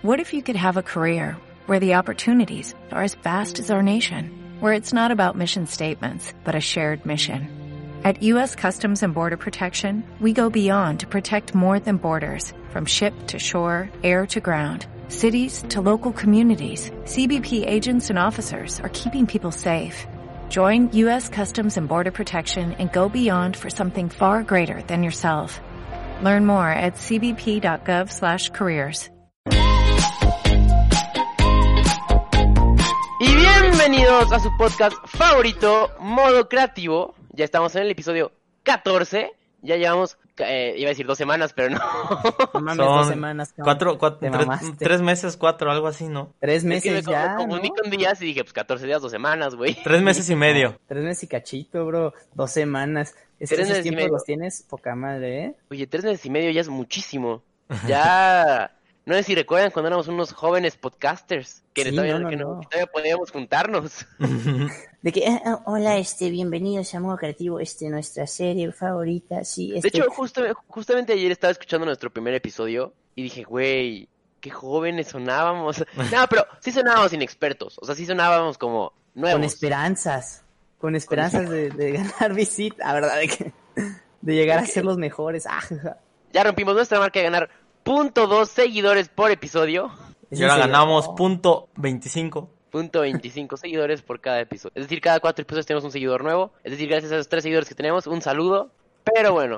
What if you could have a career where the opportunities are as vast as our nation, where it's not about mission statements, but a shared mission? At U.S. Customs and Border Protection, we go beyond to protect more than borders. From ship to shore, air to ground, cities to local communities, CBP agents and officers are keeping people safe. Join U.S. Customs and Border Protection and go beyond for something far greater than yourself. Learn more at cbp.gov/careers. Y bienvenidos a su podcast favorito, Modo Creativo. Ya estamos en el episodio 14. Ya llevamos, iba a decir 2 semanas, pero no. No mames, Son 2 semanas. 3 meses, 4, algo así, ¿no? 3 meses es que ya, me confundí ¿no? con días y dije, pues 14 días, 2 semanas, güey. 3 meses y medio. 3 meses y cachito, bro. 2 semanas. 3 Esos meses y tiempos medio. los tienes poca madre, ¿eh? Oye, 3 meses y medio ya es muchísimo. Ya, no sé si recuerdan cuando éramos unos jóvenes podcasters, que, Sí, todavía, no. que todavía podíamos juntarnos. De que, hola, bienvenidos a Modo Creativo, nuestra serie favorita, sí, De hecho, justamente ayer estaba escuchando nuestro primer episodio y dije, güey, qué jóvenes sonábamos. No, pero sí sonábamos inexpertos, o sea, sí sonábamos como nuevos. Con esperanzas de ganar visita, ¿verdad? De llegar a ser los mejores. Ya rompimos nuestra marca de ganar .2 seguidores por episodio. Y ahora ganamos .25. .25 seguidores por cada episodio. Es decir, cada 4 episodios tenemos un seguidor nuevo. Es decir, gracias a esos 3 seguidores que tenemos, un saludo. Pero bueno,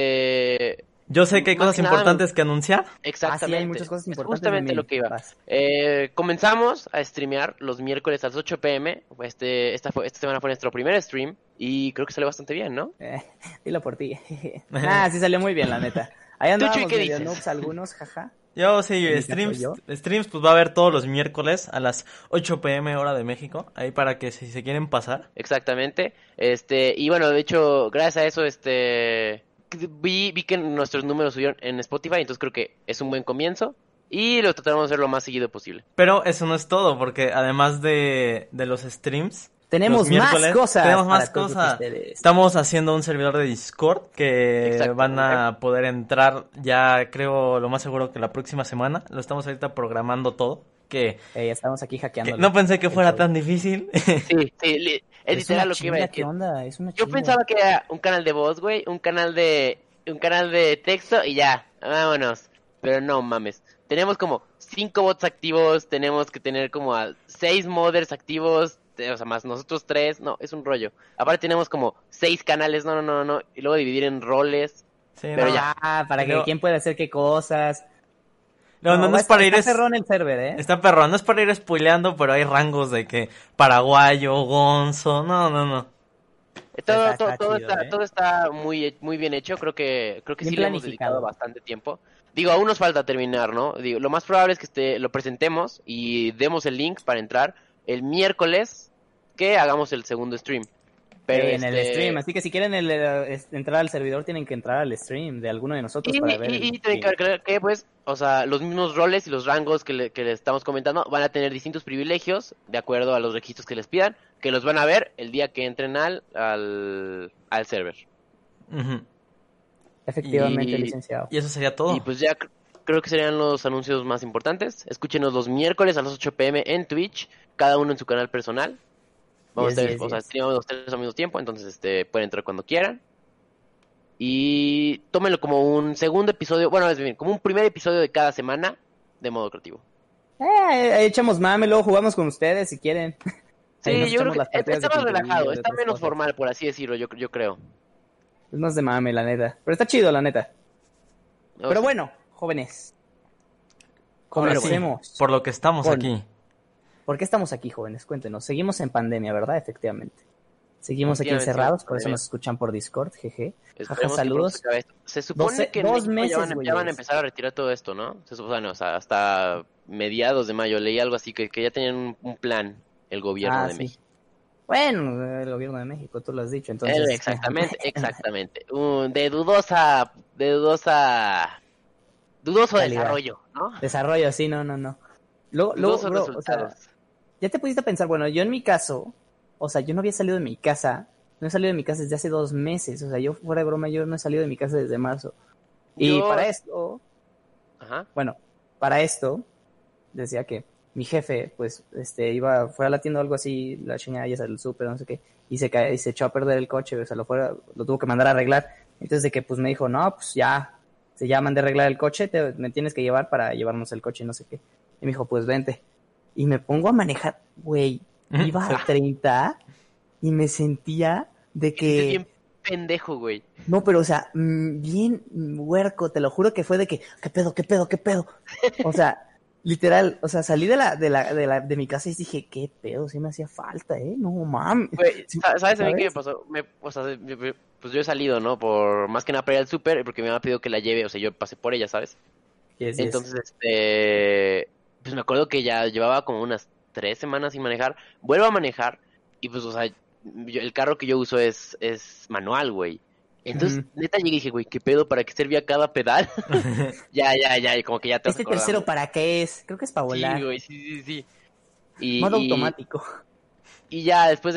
Yo sé que hay más cosas que nada, importantes que anunciar. exactamente. Sí, hay muchas cosas Es importantes. justamente lo que iba. Comenzamos a streamear los miércoles a las 8 p.m. Esta semana fue nuestro primer stream y creo que salió bastante bien, ¿no? Dilo por ti. Sí salió muy bien, la neta. Ahí ¿Tú, Chuy, andábamos qué medio dices? noobs algunos, jaja. Yo sí, ¿En mi streams caso, pues va a haber todos los miércoles a las 8 p.m. hora de México. Ahí para que si se quieren pasar. Exactamente. Y bueno, de hecho, gracias a eso, vi que nuestros números subieron en Spotify, entonces creo que es un buen comienzo y lo trataremos de hacer lo más seguido posible. Pero eso no es todo, porque además de los streams... Tenemos los miércoles, más cosas. Tenemos más para todos cosas. ustedes. Estamos haciendo un servidor de Discord que Exacto. van a poder entrar ya, creo, lo más seguro que la próxima semana. Lo estamos ahorita programando todo. Que Estamos aquí hackeando. no pensé que fuera tan difícil. Sí, es literal lo que iba a decir. ¿Qué onda? Es una Yo chinga. pensaba que era un canal de voz, güey, un canal de texto y ya, vámonos. Pero no mames. Tenemos como 5 bots activos, tenemos que tener como a 6 modders activos, o sea, más nosotros 3, no, es un rollo. Aparte tenemos como 6 canales, no, y luego dividir en roles. Sí, Pero no. ya. Para que Pero- quién puede hacer qué cosas. No es para ir... Está perrón el server, ¿eh? Está perrón, no es para ir spoileando, pero hay rangos de que paraguayo, gonzo, no. Todo está muy bien hecho, creo que Bien sí le hemos planificado. dedicado bastante tiempo. Digo, aún nos falta terminar, ¿no? Digo, lo más probable es que lo presentemos y demos el link para entrar el miércoles que hagamos el segundo stream. Pero En el stream, así que si quieren entrar al servidor tienen que entrar al stream de alguno de nosotros para ver. Y tienen que ver que, pues, o sea, los mismos roles y los rangos que le estamos comentando van a tener distintos privilegios de acuerdo a los requisitos que les pidan, que los van a ver el día que entren al server. Ujú. Efectivamente, licenciado. Y eso sería todo. Y pues ya creo que serían los anuncios más importantes. Escúchenos los miércoles a las 8 p.m. en Twitch, cada uno en su canal personal. Vamos a estar, streamamos los 3 al mismo tiempo, entonces pueden entrar cuando quieran. Y tómenlo como un segundo episodio, bueno, es bien, como un primer episodio de cada semana de Modo Creativo. Echamos mame, luego jugamos con ustedes si quieren. Ahí nos Sí, yo creo echamos las que partidas está de más Pinturillo, relajado, de está otras menos cosas. formal, por así decirlo, yo creo. Es más de mame, la neta. Pero está chido, la neta. O Pero sea, bueno, jóvenes. Ahora sí, Comencemos. por lo que estamos Con- aquí. ¿Por qué estamos aquí, jóvenes? Cuéntenos. Seguimos en pandemia, ¿verdad? Efectivamente. Seguimos aquí Efectivamente, encerrados, sí, por eso pandemia. nos escuchan por Discord, jeje. esperemos Jaja, que pronto saludos. se acabe esto. Se supone que en 2 México meses, ya van a güeyes. empezar a retirar todo esto, ¿no? Se supone, o sea, hasta mediados de mayo leí algo así que ya tenían un plan el gobierno de Sí. México. Bueno, el gobierno de México, tú lo has dicho, entonces. Exactamente. Dudoso Calidad. desarrollo, ¿no? Desarrollo, sí, no. Luego, Dudosos bro, o resultados. sea, ya te pusiste a pensar, bueno, yo en mi caso, o sea, yo no había salido de mi casa, no he salido de mi casa desde hace 2 meses, o sea, yo fuera de broma, yo no he salido de mi casa desde marzo. Y Yo- para esto, Ajá. bueno, para esto, decía que mi jefe, pues, fue a la tienda o algo así, la chingada ya salió el súper, no sé qué, y se echó a perder el coche, o sea, lo tuvo que mandar a arreglar. Entonces de que, pues, me dijo, no, pues ya mandé a arreglar el coche, me tienes que llevar para llevarnos el coche, no sé qué. Y me dijo, pues, vente. Y me pongo a manejar, güey, iba a 30 y me sentía de que... Es bien pendejo, güey. No, pero, o sea, bien huerco, te lo juro que fue de que, ¿qué pedo? O sea, literal, o sea, salí de mi casa y dije, ¿qué pedo? Sí me hacía falta, no mames. Güey, ¿sabes a mí qué me pasó? O sea, pues yo he salido, ¿no? Por más que nada para ir al súper, porque me había pedido que la lleve, o sea, yo pasé por ella, ¿sabes? Yes. Entonces, pues me acuerdo que ya llevaba como unas 3 semanas sin manejar, vuelvo a manejar, y pues, o sea, el carro que yo uso es manual, güey. Entonces, neta, llegué y dije, güey, ¿qué pedo? ¿Para qué servía cada pedal? ya, y como que ya te vas acordando. Tercero, ¿para qué es? Creo que es para volar. Sí, güey, sí. Modo automático. Y ya, después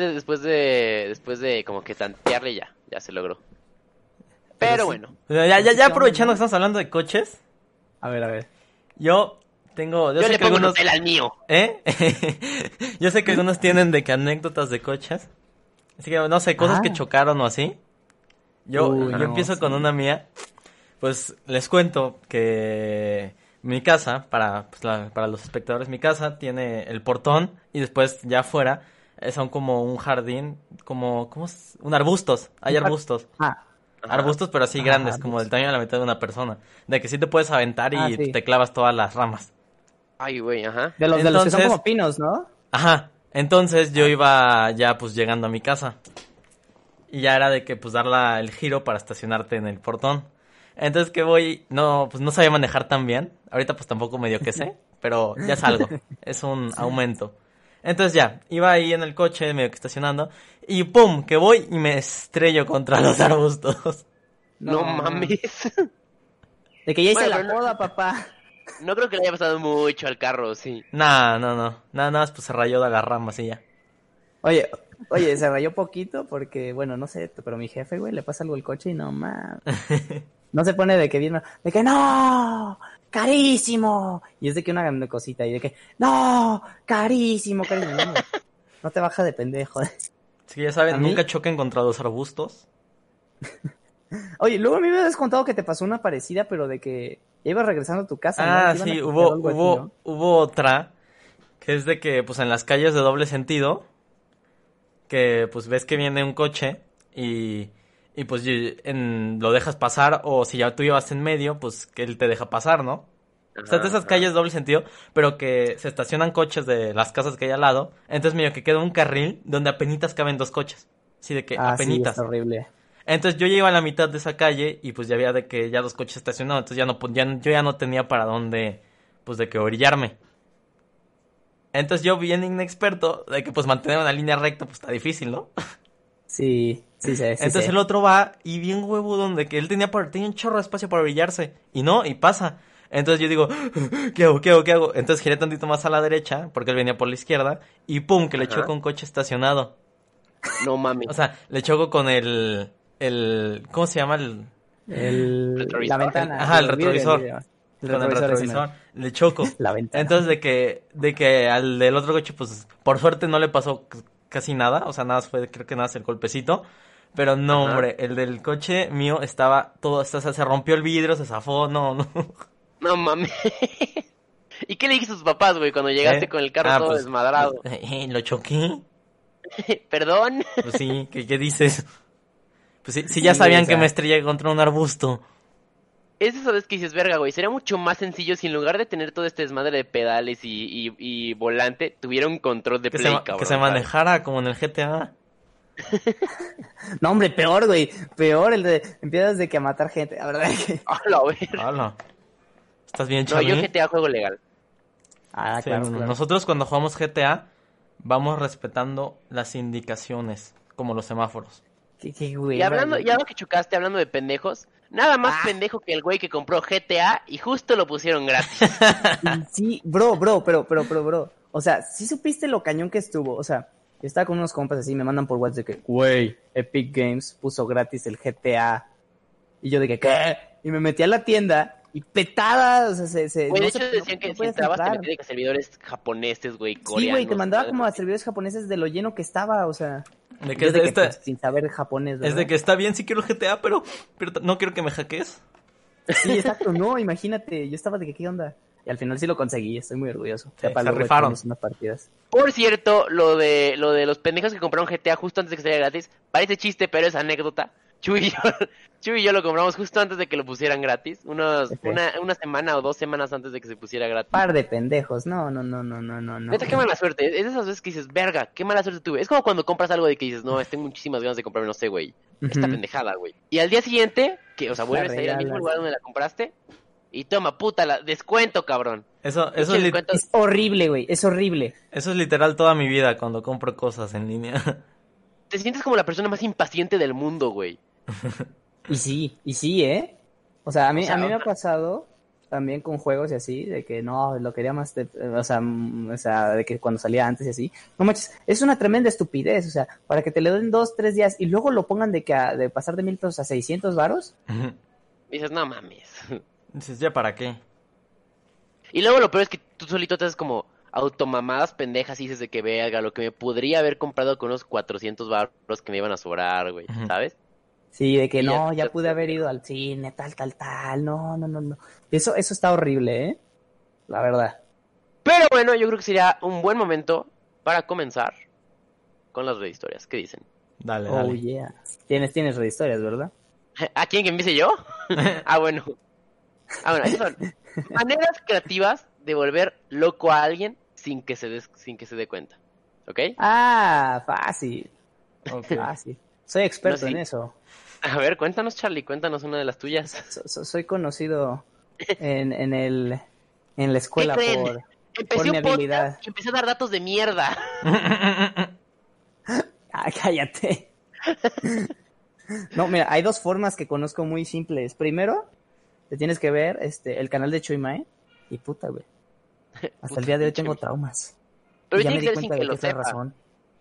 de como que tantearle, ya se logró. Pero bueno. Ya aprovechando que estamos hablando de coches. A ver. Yo sé le que pongo algunos... Nutella al mío. Yo sé que algunos tienen de que anécdotas de coches. Así que, no sé, cosas que chocaron o así. Yo empiezo con una mía. Pues les cuento que mi casa, para los espectadores, mi casa tiene el portón y después ya afuera son como un jardín, ¿cómo es? Arbustos, hay arbustos. Arbustos, pero así grandes, como del tamaño de la mitad de una persona. De que sí te puedes aventar y te clavas todas las ramas. Ay, güey, ajá. De los que son como pinos, ¿no? Ajá. Entonces yo iba ya pues llegando a mi casa. Y ya era de que pues dar el giro para estacionarte en el portón. Entonces que voy, pues no sabía manejar tan bien. Ahorita pues tampoco medio que sé, pero ya salgo. Es un aumento. Entonces ya, iba ahí en el coche medio que estacionando. Y pum, que voy y me estrello contra los arbustos. No mames. De que ya hice la boda, papá. No creo que le haya pasado mucho al carro, sí. No. Nada más pues se rayó de las ramas y ya. Oye, se rayó poquito porque, bueno, no sé, pero mi jefe, güey, le pasa algo al coche y no mames. No se pone de que viene, de que no, carísimo. Y es de que una cosita y de que no, carísimo. No te baja de pendejo. Así que ya saben, nunca choquen contra los arbustos. Oye, luego a mí me habías contado que te pasó una parecida, pero de que ya ibas regresando a tu casa. ¿No? Sí, hubo otra, que es de que, pues, en las calles de doble sentido, que, pues, ves que viene un coche y pues, lo dejas pasar, o si ya tú llevas en medio, pues, que él te deja pasar, ¿no? O sea, de esas calles de doble sentido, pero que se estacionan coches de las casas que hay al lado, entonces medio que queda un carril donde apenitas caben 2 coches. Así de que apenitas. Sí, es horrible. Entonces yo llego a la mitad de esa calle y pues ya había de que ya 2 coches estacionados, entonces yo ya no tenía para dónde, pues, de que orillarme. Entonces yo bien inexperto, de que pues mantener una línea recta pues está difícil, ¿no? Sí. Entonces el otro va y bien huevo donde que él tenía un chorro de espacio para orillarse y pasa. Entonces yo digo, ¿qué hago? Entonces giré tantito más a la derecha porque él venía por la izquierda y pum, que le choco un coche estacionado. No mames. O sea, le choco con el ¿cómo se llama? Retrovisor. La ventana. El retrovisor. Con el retrovisor le choco. La ventana. Entonces de que al del otro coche pues por suerte no le pasó casi nada, o sea, creo que nada es el golpecito, pero no, hombre, el del coche mío estaba todo, o sea, se rompió el vidrio, se zafó, no. No mames. ¿Y qué le dijiste a tus papás, güey, cuando llegaste con el carro todo pues, desmadrado? ¿Lo choqué? ¿Perdón? Pues sí, ¿qué dices? Pues sí, ya sabían que me estrellé contra un arbusto. Es esa vez que dices, verga, güey, sería mucho más sencillo si en lugar de tener todo este desmadre de pedales y volante, tuviera un control de play, cabrón. Que se manejara como en el GTA. No, hombre, peor, güey. Peor empiezas de que a matar gente. La verdad es que... ¡Hala! ¿Estás bien, Charlie? No, yo GTA juego legal. Sí, claro. Nosotros cuando jugamos GTA vamos respetando las indicaciones, como los semáforos. Qué güey. Y ya lo que chocaste, hablando de pendejos, nada más pendejo que el güey que compró GTA y justo lo pusieron gratis. Sí, bro, pero. O sea, sí supiste lo cañón que estuvo. O sea, yo estaba con unos compas así, me mandan por WhatsApp de que, güey, Epic Games puso gratis el GTA. Y yo de que, ¿qué? Y me metí a la tienda y petada, o sea, Güey, de no hecho se, decían que no si entrabas te metían a servidores japoneses, güey, coreanos. Sí, güey, te mandaba como a madre. servidores japoneses de lo lleno que estaba, o sea... De que pues, sin saber japonés, ¿verdad? Es de que está bien si quiero GTA, pero no quiero que me hackees. Sí, exacto, no, imagínate, yo estaba de que qué onda. Y al final sí lo conseguí, estoy muy orgulloso. Sí, para se luego rifaron. echarnos unas partidas. Por cierto, lo de los pendejos que compraron GTA justo antes de que saliera gratis, parece chiste, pero es anécdota. Chuy y yo lo compramos justo antes de que lo pusieran gratis, una semana o 2 semanas antes de que se pusiera gratis. Par de pendejos, no. Neta, qué mala suerte, es de esas veces que dices, verga, qué mala suerte tuve. Es como cuando compras algo de que dices, no, tengo muchísimas ganas de comprarme, no sé, güey, esta pendejada, güey. Y al día siguiente, que, o sea, vuelves a ir al mismo lugar donde la compraste, y toma, puta, descuento, cabrón. Eso es horrible, güey, es horrible. Eso es literal toda mi vida cuando compro cosas en línea. Te sientes como la persona más impaciente del mundo, güey. Y sí, ¿eh? O sea, a mí me ha pasado también con juegos y así, de que no, lo quería más, o sea, de que cuando salía antes y así. No manches, es una tremenda estupidez, o sea, para que te le den 2-3 días y luego lo pongan de pasar de 1,000 pesos a 600 varos. Dices, no mames. Dices, ¿ya para qué? Y luego lo peor es que tú solito te haces como automamadas pendejas y dices de que verga, lo que me podría haber comprado con unos 400 baros que me iban a sobrar, güey, ¿sabes? Sí, de que y no, ya pude haber ido al cine, tal, no. Eso está horrible, ¿eh? La verdad. Pero bueno, yo creo que sería un buen momento para comenzar con las rehistorias. ¿Qué dicen? Dale. Oh, yeah. Tienes rehistorias, ¿verdad? ¿A quién que empiece yo? Bueno, esas son maneras creativas de volver loco a alguien sin que se dé cuenta, ¿ok? Ah, fácil. Fácil. Soy experto en eso. A ver, cuéntanos, Charlie, cuéntanos una de las tuyas. Soy conocido en la escuela por mi habilidad. Y empecé a dar datos de mierda. Ah, cállate. No, mira, hay 2 formas que conozco muy simples. Primero, te tienes que ver el canal de Choimae y puta, güey. Hasta el día de hoy tengo traumas. Pero y ya me di que cuenta de que es la razón.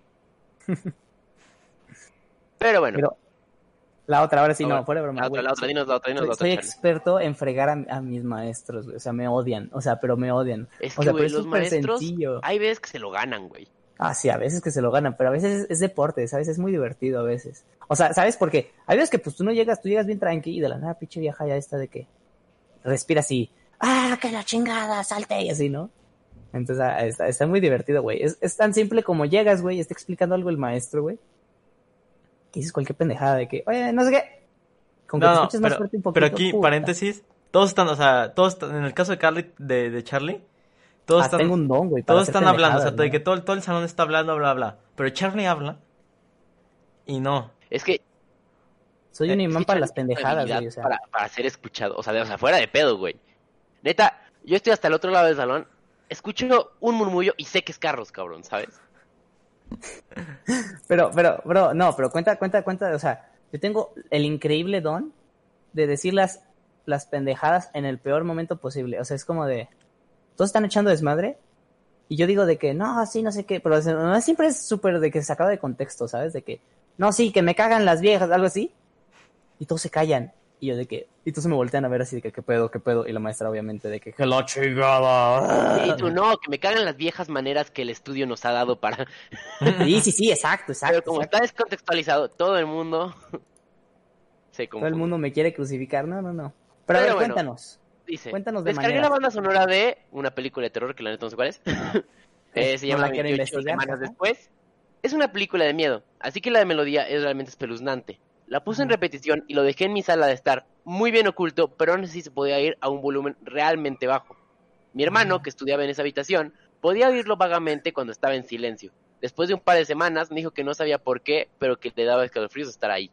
Pero bueno. Pero la otra, ahora sí, no, fuera de broma. La otra, dinos la otra. Soy experto en fregar a mis maestros, güey. O sea, me odian. O sea, pero me odian. Es o que, sea, güey, pero los maestros, sencillo. hay veces que se lo ganan, güey. Ah, sí, a veces que se lo ganan, pero a veces es deporte, ¿sabes? Es muy divertido a veces. O sea, ¿sabes por qué? Hay veces que pues tú llegas bien tranqui y de la nada, pinche vieja ya está de que respira así. ¡Ah, que la chingada! ¡Salte! Y así, ¿no? Entonces, está muy divertido, güey. Es tan simple como llegas, güey, está explicando algo el maestro, güey. Y dices cualquier pendejada de que, oye, no sé qué. Con que te escuches más fuerte un poquito. Pero aquí, paréntesis, todos están, en el caso de Charlie, todos están, tengo un don, güey, todos están hablando, o sea, de que todo el salón está hablando, bla, bla. Pero Charlie habla y no. Es que soy un imán para las pendejadas, güey, o sea. Para ser escuchado, o sea, fuera de pedo, güey. Neta, yo estoy hasta el otro lado del salón, escucho un murmullo y sé que es Carlos, cabrón, ¿sabes? Pero, bro, no, pero cuenta, o sea, yo tengo el increíble don de decir las pendejadas en el peor momento posible. O sea, es como de, todos están echando desmadre y yo digo de que, no, sí, no sé qué, pero no, siempre es súper de que sacado de contexto, ¿sabes? De que, no, sí, que me cagan las viejas, algo así. Y todos se callan. Y yo de que, y todos me voltean a ver así de que, ¿qué pedo? Y la maestra obviamente de que la chingada. Y tú, no, que me cagan las viejas maneras que el estudio nos ha dado para... Sí, exacto. Pero como está descontextualizado, todo el mundo... Todo el mundo me quiere crucificar, no. Pero a ver, bueno, cuéntanos. Dice, cuéntanos de descargué la banda sonora de una película de terror que la neta no sé cuál es. Se llama 28 semanas después. Es una película de miedo, así que la melodía es realmente espeluznante. La puse en repetición y lo dejé en mi sala de estar muy bien oculto, pero aún así se podía ir a un volumen realmente bajo. Mi hermano, que estudiaba en esa habitación, podía oírlo vagamente cuando estaba en silencio. Después de un par de semanas me dijo que no sabía por qué, pero que le daba escalofríos estar ahí.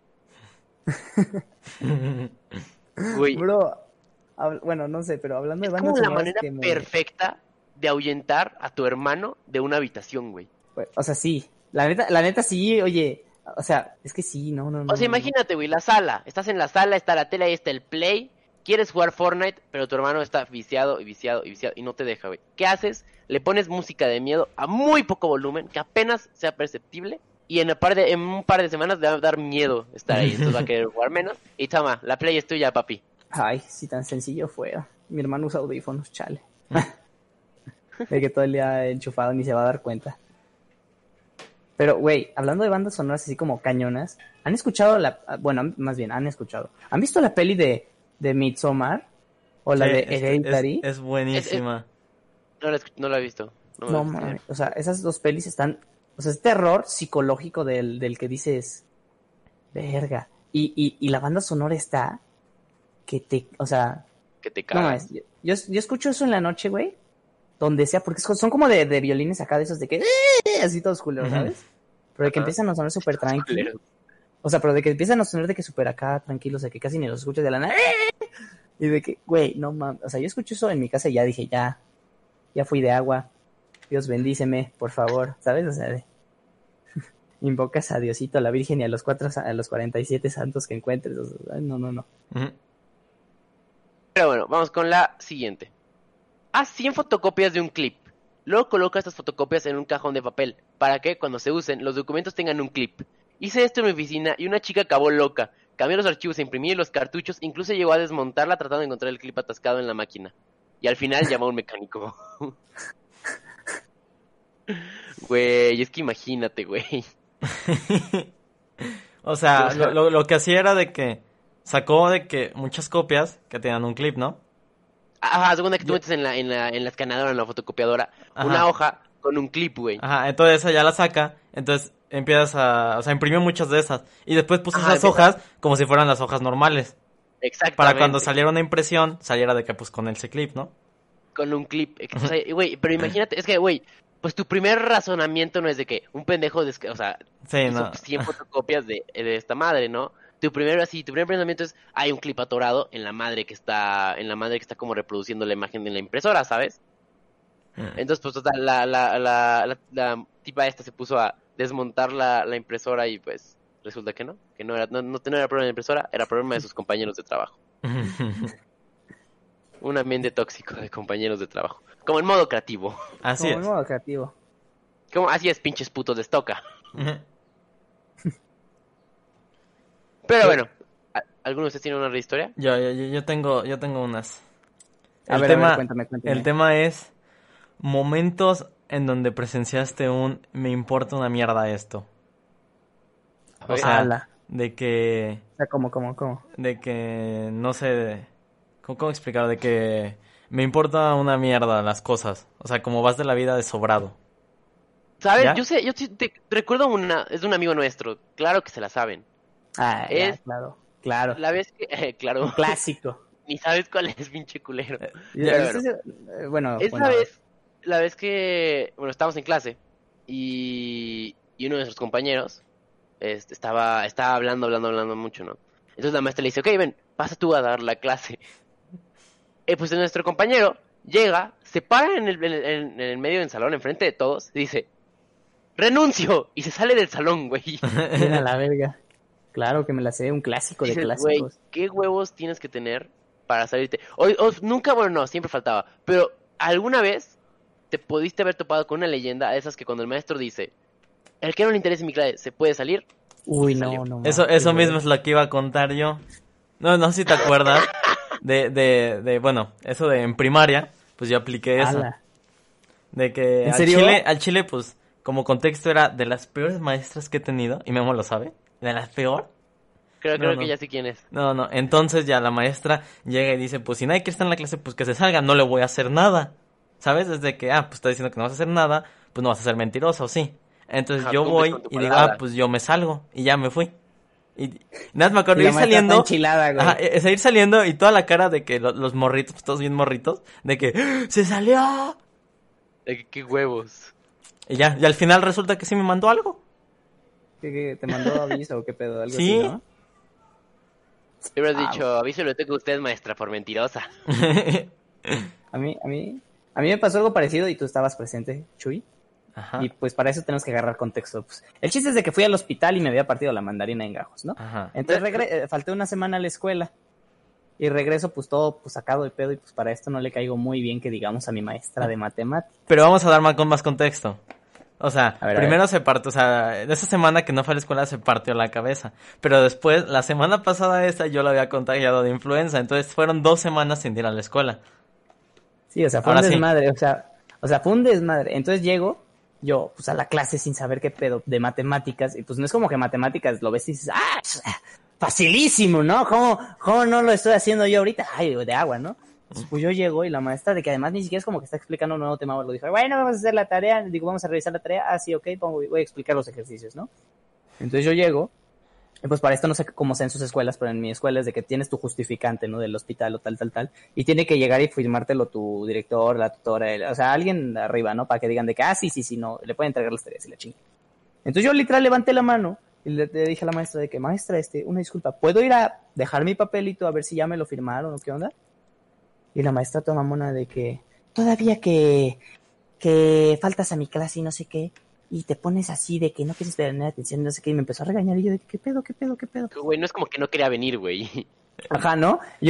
Uy. Bro, bueno, no sé, pero hablando de bandas sonoras... Es como la manera perfecta de ahuyentar a tu hermano de una habitación, güey. O sea, sí. La neta sí, oye... O sea, es que sí, no. O sea, imagínate, güey, la sala. Estás en la sala, está la tele, ahí está el Play. Quieres jugar Fortnite, pero tu hermano está viciado y no te deja, güey. ¿Qué haces? Le pones música de miedo a muy poco volumen, que apenas sea perceptible. Y en un par de semanas le va a dar miedo estar ahí. Entonces va a querer jugar menos. Y toma, la Play es tuya, papi. Ay, si tan sencillo fuera. Mi hermano usa audífonos, chale. De que todo el día enchufado ni se va a dar cuenta. Pero, güey, hablando de bandas sonoras así como cañonas, ¿han escuchado bueno, más bien, han escuchado? ¿Han visto la peli de Midsommar? ¿O la de Hereditary? Es buenísima. No la he visto. No, mames. O sea, esas dos pelis están... O sea, es terror psicológico del que dices... Verga. Y la banda sonora está... Que te... O sea... Que te cagas. No, yo escucho eso en la noche, güey. Donde sea, porque son como de violines acá, de esos de que... Así todos culeros, ¿sabes? Pero de que empiezan a sonar súper tranquilos. O sea, pero de que empiezan a sonar de que súper acá, tranquilos, de que casi ni los escuchas de la nada. Y de que, güey, no mames. O sea, yo escucho eso en mi casa y ya dije, ya fui de agua. Dios bendíceme, por favor, ¿sabes? O sea, invocas a Diosito, a la Virgen y a los 47 santos que encuentres. O sea, no. Pero bueno, vamos con la siguiente. Haz 100 fotocopias de un clip. Luego coloca estas fotocopias en un cajón de papel, para que, cuando se usen, los documentos tengan un clip. Hice esto en mi oficina y una chica acabó loca. Cambió los archivos, imprimí los cartuchos, incluso llegó a desmontarla tratando de encontrar el clip atascado en la máquina. Y al final llamó a un mecánico. Güey, es que imagínate, güey. O sea, lo que hacía era de que sacó de que muchas copias que tenían un clip, ¿no? Ajá, segunda que tú metes en la escaneadora, en la fotocopiadora, una hoja con un clip, güey. Ajá, entonces esa ya la saca, entonces empiezas o sea, imprimió muchas de esas. Y después puso esas hojas como si fueran las hojas normales. Exactamente. Para cuando saliera una impresión, saliera de que pues con ese clip, ¿no? Con un clip. O sea, güey, pero imagínate, es que, güey, pues tu primer razonamiento no es de que un pendejo, o sea, sí, hizo 100 fotocopias de esta madre, ¿no? Tu primer pensamiento es, hay un clip atorado en la madre que está como reproduciendo la imagen de la impresora, ¿sabes? Entonces, pues, total, la tipa esta se puso a desmontar la impresora y, pues, resulta que no era problema de la impresora, era problema de sus compañeros de trabajo. Un ambiente tóxico de compañeros de trabajo. Como en modo creativo. Así es. Como en modo creativo. Así es, pinches putos de estoca. Pero bueno, ¿alguno de ustedes tiene una historia? Yo tengo unas. A ver, cuéntame. El tema es momentos en donde presenciaste me importa una mierda esto. O sea, de que... O sea, ¿cómo? De que, no sé, ¿cómo explicar? De que me importa una mierda las cosas. O sea, como vas de la vida de sobrado. ¿Sabes? ¿Ya? Yo te recuerdo es de un amigo nuestro. Claro que se la saben. Ah, claro. La vez que... claro. Un clásico. Ni sabes cuál es, pinche culero. Bueno. La vez que... Bueno, estábamos en clase. Y uno de nuestros compañeros... estaba hablando mucho, ¿no? Entonces la maestra le dice, ok, ven, pasa tú a dar la clase. Pues nuestro compañero llega, se para en el medio del salón, enfrente de todos, y dice, ¡renuncio! Y se sale del salón, güey. Mira la verga. Claro que me la sé, un clásico de clásicos. Güey, ¿qué huevos tienes que tener para salirte? Nunca, bueno, no, siempre faltaba. Pero, ¿alguna vez te pudiste haber topado con una leyenda de esas que cuando el maestro dice, el que no le interese mi clase, ¿se puede salir? Uy, no. Eso mismo es lo que iba a contar yo. No sé si te acuerdas bueno, eso de en primaria, pues yo apliqué eso. De que ¿En serio? al Chile, pues, como contexto era de las peores maestras que he tenido, y Memo lo sabe, de las peor. Creo que ya sé quién es. No, entonces ya la maestra llega y dice, pues si nadie quiere estar en la clase, pues que se salga, no le voy a hacer nada. ¿Sabes? Desde que, pues está diciendo que no vas a hacer nada, pues no vas a ser mentiroso, sí. Entonces yo voy y digo, pues yo me salgo, y ya me fui. Y nada, me acuerdo de ir saliendo. Ir saliendo y toda la cara de que los morritos, pues todos bien morritos, de que ¡se salió! ¿Qué huevos? Y al final resulta que sí me mandó algo. ¿Qué te mandó aviso o qué pedo? Algo ¿Sí? así, ¿no? Te hubieras dicho, aviso lo tengo usted, maestra, por mentirosa. A mí me pasó algo parecido y tú estabas presente, Chuy. Ajá. Y pues para eso tenemos que agarrar contexto. Pues, el chiste es de que fui al hospital y me había partido la mandarina en gajos, ¿no? Ajá. Entonces falté una semana a la escuela y regreso pues todo pues sacado de pedo y pues para esto no le caigo muy bien que digamos a mi maestra de matemáticas. Pero vamos a dar más contexto. O sea, A ver, primero se partió, o sea, esa semana que no fue a la escuela se partió la cabeza. Pero después, la semana pasada yo lo había contagiado de influenza. Entonces fueron 2 semanas sin ir a la escuela. Sí, o sea, fue Ahora un sí. desmadre, o sea, fue un desmadre. Entonces llego yo, pues, a la clase sin saber qué pedo de matemáticas, y pues no es como que matemáticas lo ves y dices, facilísimo, ¿no? ¿Cómo no lo estoy haciendo yo ahorita? Ay, de agua, ¿no? Entonces, pues yo llego y la maestra, de que además ni siquiera es como que está explicando un nuevo tema, lo dijo, bueno, vamos a hacer la tarea, digo, vamos a revisar la tarea, sí, ok, voy a explicar los ejercicios, ¿no? Entonces yo llego, y pues para esto no sé cómo sea en sus escuelas, pero en mi escuela es de que tienes tu justificante, ¿no? Del hospital o tal, y tiene que llegar y firmártelo tu director, la tutora, o sea, alguien de arriba, ¿no? Para que digan de que, sí, no, le pueden entregar las tareas y la chinga. Entonces yo literal levanté la mano y le dije a la maestra de que, maestra, una disculpa, ¿puedo ir a dejar mi papelito a ver si ya me lo firmaron o qué onda? Y la maestra toda mamona de que, todavía que faltas a mi clase y no sé qué, y te pones así de que no quieres poner atención, no sé qué, y me empezó a regañar, y yo de que, ¿qué pedo? Güey, no es como que no quería venir, güey. Ajá, ¿no? Y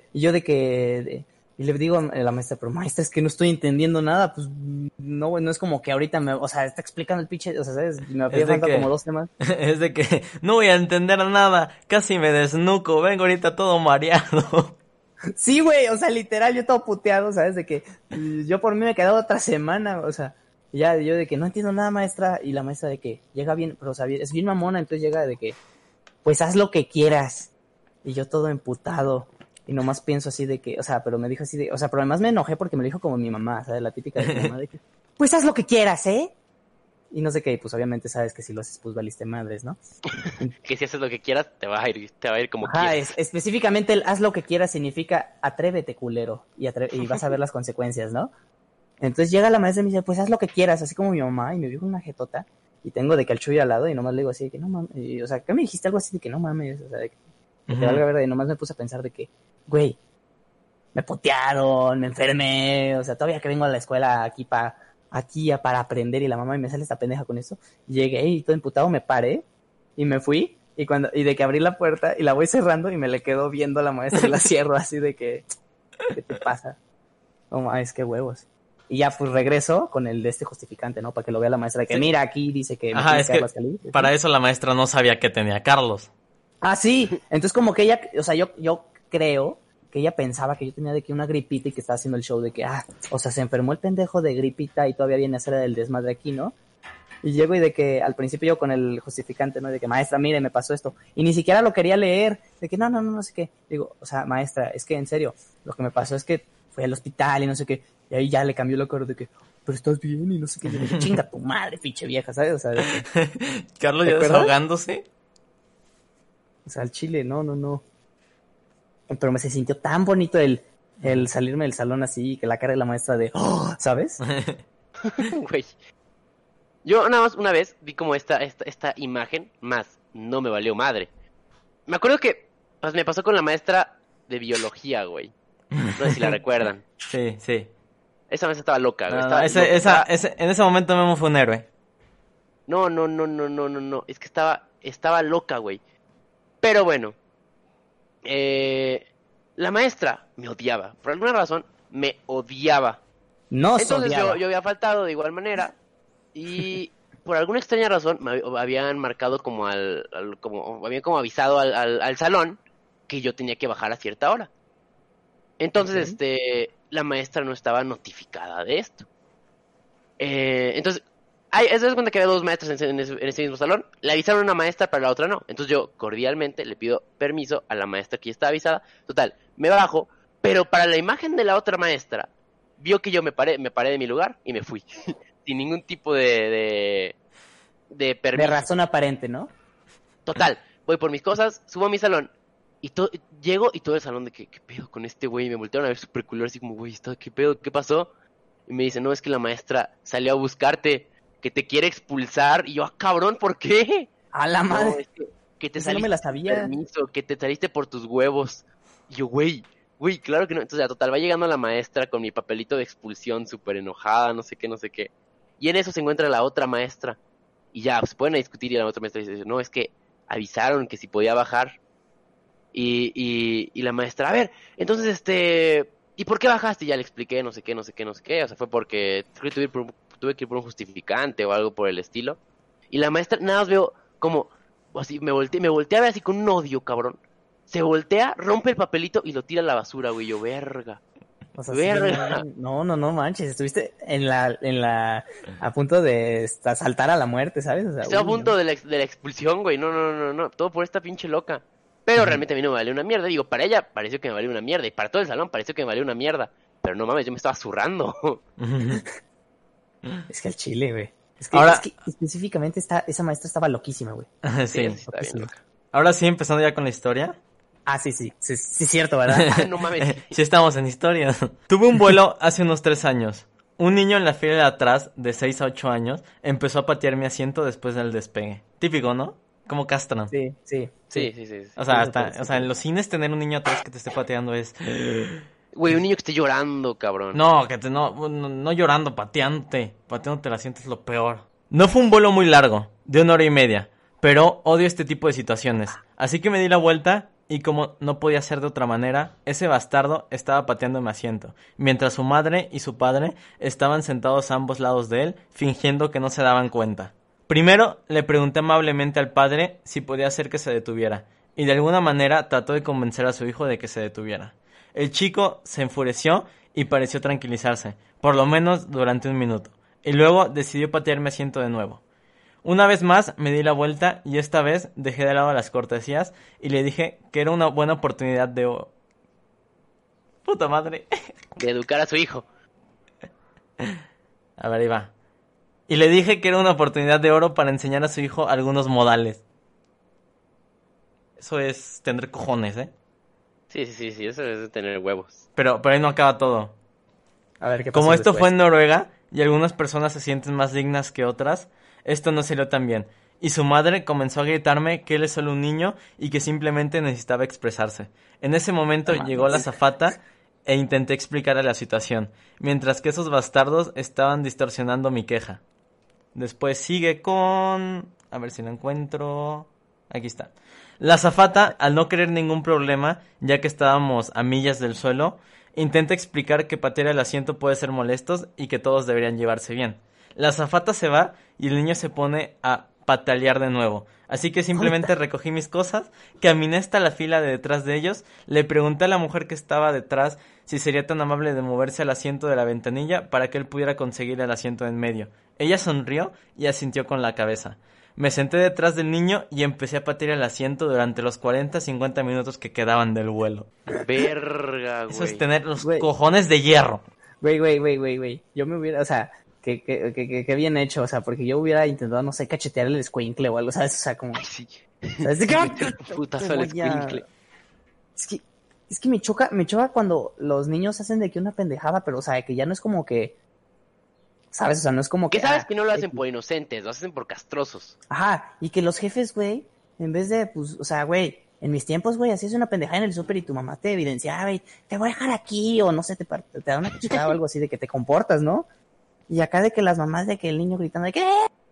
le digo a la maestra, pero maestra, es que no estoy entendiendo nada, pues no, güey, no es como que ahorita o sea, está explicando el pinche, o sea, ¿sabes? Me había faltado como 2 temas. Es de que no voy a entender nada, casi me desnuco, vengo ahorita todo mareado. Sí, güey, o sea, literal, yo todo puteado, ¿sabes? De que yo por mí me he quedado otra semana, o sea, ya yo de que no entiendo nada, maestra, y la maestra de que llega bien, pero o sea, es bien mamona, entonces llega de que, pues haz lo que quieras, y yo todo emputado, y nomás pienso así de que, o sea, pero me dijo así de, o sea, pero además me enojé porque me lo dijo como mi mamá, ¿sabes? La típica de mi mamá de que, pues haz lo que quieras, ¿eh? Y no sé qué, pues obviamente sabes que si lo haces, pues valiste madres, ¿no? Que si haces lo que quieras, te va a ir como Ajá, quieras. Específicamente el haz lo que quieras significa atrévete, culero, y vas a ver las consecuencias, ¿no? Entonces llega la maestra y me dice, pues haz lo que quieras, así como mi mamá, y me dijo una jetota, y tengo de que al Chuy al lado, y nomás le digo así de que no mames, o sea, ¿qué me dijiste? Algo así de que no mames, o sea, de que te valga verdad, y nomás me puse a pensar de que, güey, me putearon, me enfermé, o sea, todavía que vengo a la escuela aquí para aprender, y la mamá me sale esta pendeja con eso, y llegué y todo emputado me paré, y me fui, y de que abrí la puerta, y la voy cerrando, y me le quedo viendo a la maestra, y la cierro así de que, ¿qué te pasa? Oh, mames, qué huevos. Y ya pues regreso con el de este justificante, ¿no? Para que lo vea la maestra, de que mira, aquí dice que me Ajá, tienes es que las calificaciones. para eso la maestra no sabía que tenía Carlos. Ah, sí. Entonces como que ella, o sea, yo creo que ella pensaba que yo tenía de que una gripita y que estaba haciendo el show de que, o sea, se enfermó el pendejo de gripita y todavía viene a hacer el desmadre aquí, ¿no? Y llego y de que al principio yo con el justificante, ¿no? De que, maestra, mire, me pasó esto. Y ni siquiera lo quería leer. De que, no sé qué. Digo, o sea, maestra, es que en serio, lo que me pasó es que fui al hospital y no sé qué. Y ahí ya le cambió la cara de que, pero estás bien y no sé qué. Yo dije, chinga tu madre, pinche vieja, ¿sabes? O sea, de que, Carlos ya desahogándose. o sea, al chile, no. Pero me se sintió tan bonito el salirme del salón así, que la cara de la maestra de, ¿sabes? Güey. Yo nada más una vez vi como esta imagen, más no me valió madre. Me acuerdo que pues, me pasó con la maestra de biología, güey. No sé si la recuerdan. Sí. Esa maestra estaba loca, güey. En ese momento Memo fue un héroe. No. Es que estaba loca, güey. Pero bueno. La maestra me odiaba. Por alguna razón, me odiaba. Entonces yo había faltado de igual manera. Y por alguna extraña razón me habían marcado como habían como avisado al salón que yo tenía que bajar a cierta hora. Entonces, la maestra no estaba notificada de esto. Entonces, eso es cuenta que había 2 maestras en ese mismo salón. Le avisaron a una maestra, pero a la otra no. Entonces yo cordialmente le pido permiso a la maestra que ya estaba avisada. Total, me bajo, pero para la imagen de la otra maestra, vio que yo me paré de mi lugar y me fui. Sin ningún tipo de permiso. De razón aparente, ¿no? Total, voy por mis cosas, subo a mi salón y llego y todo el salón de que, ¿qué pedo con este güey? Y me voltearon a ver súper culero, así como, güey, ¿qué pedo? ¿Qué pasó? Y me dice, no, es que la maestra salió a buscarte, que te quiere expulsar. Y yo, cabrón, ¿por qué? A la madre. No, es que te Esa saliste no me la sabía. permiso, que te saliste por tus huevos. Y yo, güey, claro que no. Entonces, total, va llegando la maestra con mi papelito de expulsión, súper enojada, no sé qué. Y en eso se encuentra la otra maestra. Y ya, se pueden discutir y la otra maestra dice, no, es que avisaron que si podía bajar. Y la maestra, a ver, entonces, ¿y por qué bajaste? Y ya le expliqué, no sé qué. O sea, fue porque tuve que ir por un justificante o algo por el estilo. Y la maestra, nada más veo como, así, me volteé a ver así con un odio, cabrón. Se voltea, rompe el papelito y lo tira a la basura, güey. Yo, verga. O sea, verga. Sí, no manches, estuviste a punto de saltar a la muerte, ¿sabes? O sea, Estaba a punto de la expulsión, güey. No. Todo por esta pinche loca. Pero realmente a mí no me valió una mierda. Digo, para ella pareció que me valió una mierda. Y para todo el salón pareció que me valió una mierda. Pero no mames, yo me estaba zurrando. Es que al chile, güey. Es que específicamente esa maestra estaba loquísima, güey. Sí, está bien loca. Ahora sí, empezando ya con la historia. Ah, sí, cierto, ¿verdad? No mames. Sí estamos en historia. Tuve un vuelo hace unos 3 años. Un niño en la fila de atrás, de 6 a 8 años, empezó a patear mi asiento después del despegue. Típico, ¿no? Como castran. Sí. Sí. O sea, en los cines tener un niño atrás que te esté pateando es... Güey, un niño que esté llorando, cabrón. No, no llorando, pateándote el asiento es lo peor. No fue un vuelo muy largo, de 1 hora y media, pero odio este tipo de situaciones. Así que me di la vuelta y como no podía ser de otra manera, ese bastardo estaba pateando mi asiento, mientras su madre y su padre estaban sentados a ambos lados de él, fingiendo que no se daban cuenta. Primero le pregunté amablemente al padre si podía hacer que se detuviera, y de alguna manera trató de convencer a su hijo de que se detuviera. El chico se enfureció y pareció tranquilizarse, por lo menos durante 1 minuto, y luego decidió patear mi asiento de nuevo. Una vez más me di la vuelta y esta vez dejé de lado las cortesías y le dije que era una buena oportunidad de... ¡Puta madre! De educar a su hijo. A ver, ahí va. Y le dije que era una oportunidad de oro para enseñar a su hijo algunos modales. Eso es tener cojones, ¿eh? Sí, eso es de tener huevos. Pero ahí no acaba todo. A ver, ¿qué pasó Como esto después? fue en Noruega y algunas personas se sienten más dignas que otras, esto no salió tan bien. Y su madre comenzó a gritarme que él es solo un niño y que simplemente necesitaba expresarse. En ese momento llegó la azafata e intenté explicarle la situación, mientras que esos bastardos estaban distorsionando mi queja. Después sigue con... A ver si lo encuentro... Aquí está. La azafata, al no querer ningún problema, ya que estábamos a millas del suelo, intenta explicar que patear el asiento puede ser molestos y que todos deberían llevarse bien. La azafata se va y el niño se pone a patalear de nuevo. Así que simplemente recogí mis cosas, caminé hasta la fila de detrás de ellos, le pregunté a la mujer que estaba detrás si sería tan amable de moverse al asiento de la ventanilla para que él pudiera conseguir el asiento en medio. Ella sonrió y asintió con la cabeza. Me senté detrás del niño y empecé a patear el asiento durante los 40-50 minutos que quedaban del vuelo. Verga, güey. Eso es tener los cojones de hierro. Güey. Yo me hubiera, o sea, que bien hecho, o sea, porque yo hubiera intentado, no sé, cachetear el escuincle o algo, ¿sabes? O sea, como... Ay, sí. ¿Sabes de qué? Putazo al escuincle. Es que me choca cuando los niños hacen de que una pendejada, pero, o sea, que ya no es como que... ¿Sabes? O sea, no es como que... ¿Qué sabes que no lo hacen por inocentes? Lo hacen por castrosos. Ajá, y que los jefes, güey, en vez de, pues, o sea, güey, en mis tiempos, güey, hacías una pendejada en el súper y tu mamá te evidenciaba, güey, te voy a dejar aquí, o no sé, te da una cuchillada o algo así de que te comportas, ¿no? Y acá de que las mamás de que el niño gritando de que...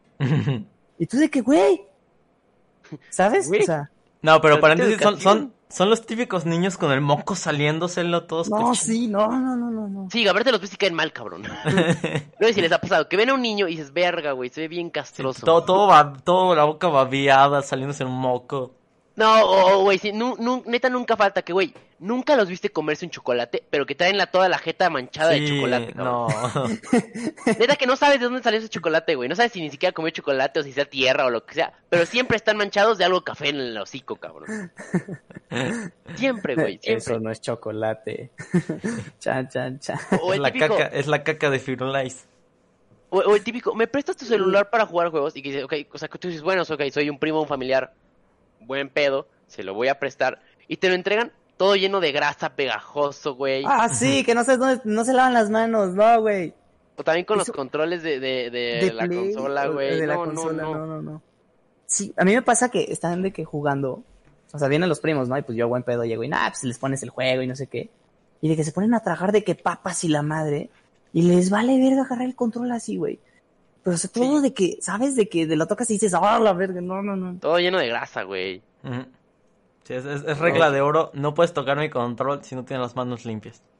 y tú de que, güey, ¿sabes? Güey. O sea... No, pero paréntesis, son los típicos niños con el moco saliéndoselo todos. No, sí, no. Sí, a verte los ves y caen mal, cabrón. No sé si les ha pasado, que ven a un niño y dices, verga, güey, se ve bien castroso. Todo la boca babeada, saliéndose un moco. No, güey, sí, neta nunca falta que, güey, nunca los viste comerse un chocolate, pero que traen toda la jeta manchada de chocolate, cabrón. No. Neta que no sabes de dónde salió ese chocolate, güey. No sabes si ni siquiera comió chocolate o si sea tierra o lo que sea. Pero siempre están manchados de algo café en el hocico, cabrón. Siempre, güey, siempre. Eso no es chocolate. Chan. O el típico, Es la caca de Firulais. o el típico, ¿me prestas tu celular para jugar juegos? Y que dice, ok, o sea, que tú dices, bueno, ok, soy un primo, un familiar, buen pedo, se lo voy a prestar. Y te lo entregan todo lleno de grasa, pegajoso, güey. Ah, sí, que no sé dónde, no se lavan las manos, no, güey. O también con Eso... los controles de la Play, consola, güey. De la consola, no. Sí, a mí me pasa que están de que jugando, o sea, vienen los primos, ¿no? Y pues yo buen pedo llego y nada, pues les pones el juego y no sé qué. Y de que se ponen a trabajar de que papas y la madre, y les vale verga agarrar el control así, güey. Pero o sea, todo de que, ¿sabes? De que de lo tocas y dices, ¡ah, la verga! No. Todo lleno de grasa, güey. Sí, es regla de oro, no puedes tocar mi control si no tienes las manos limpias.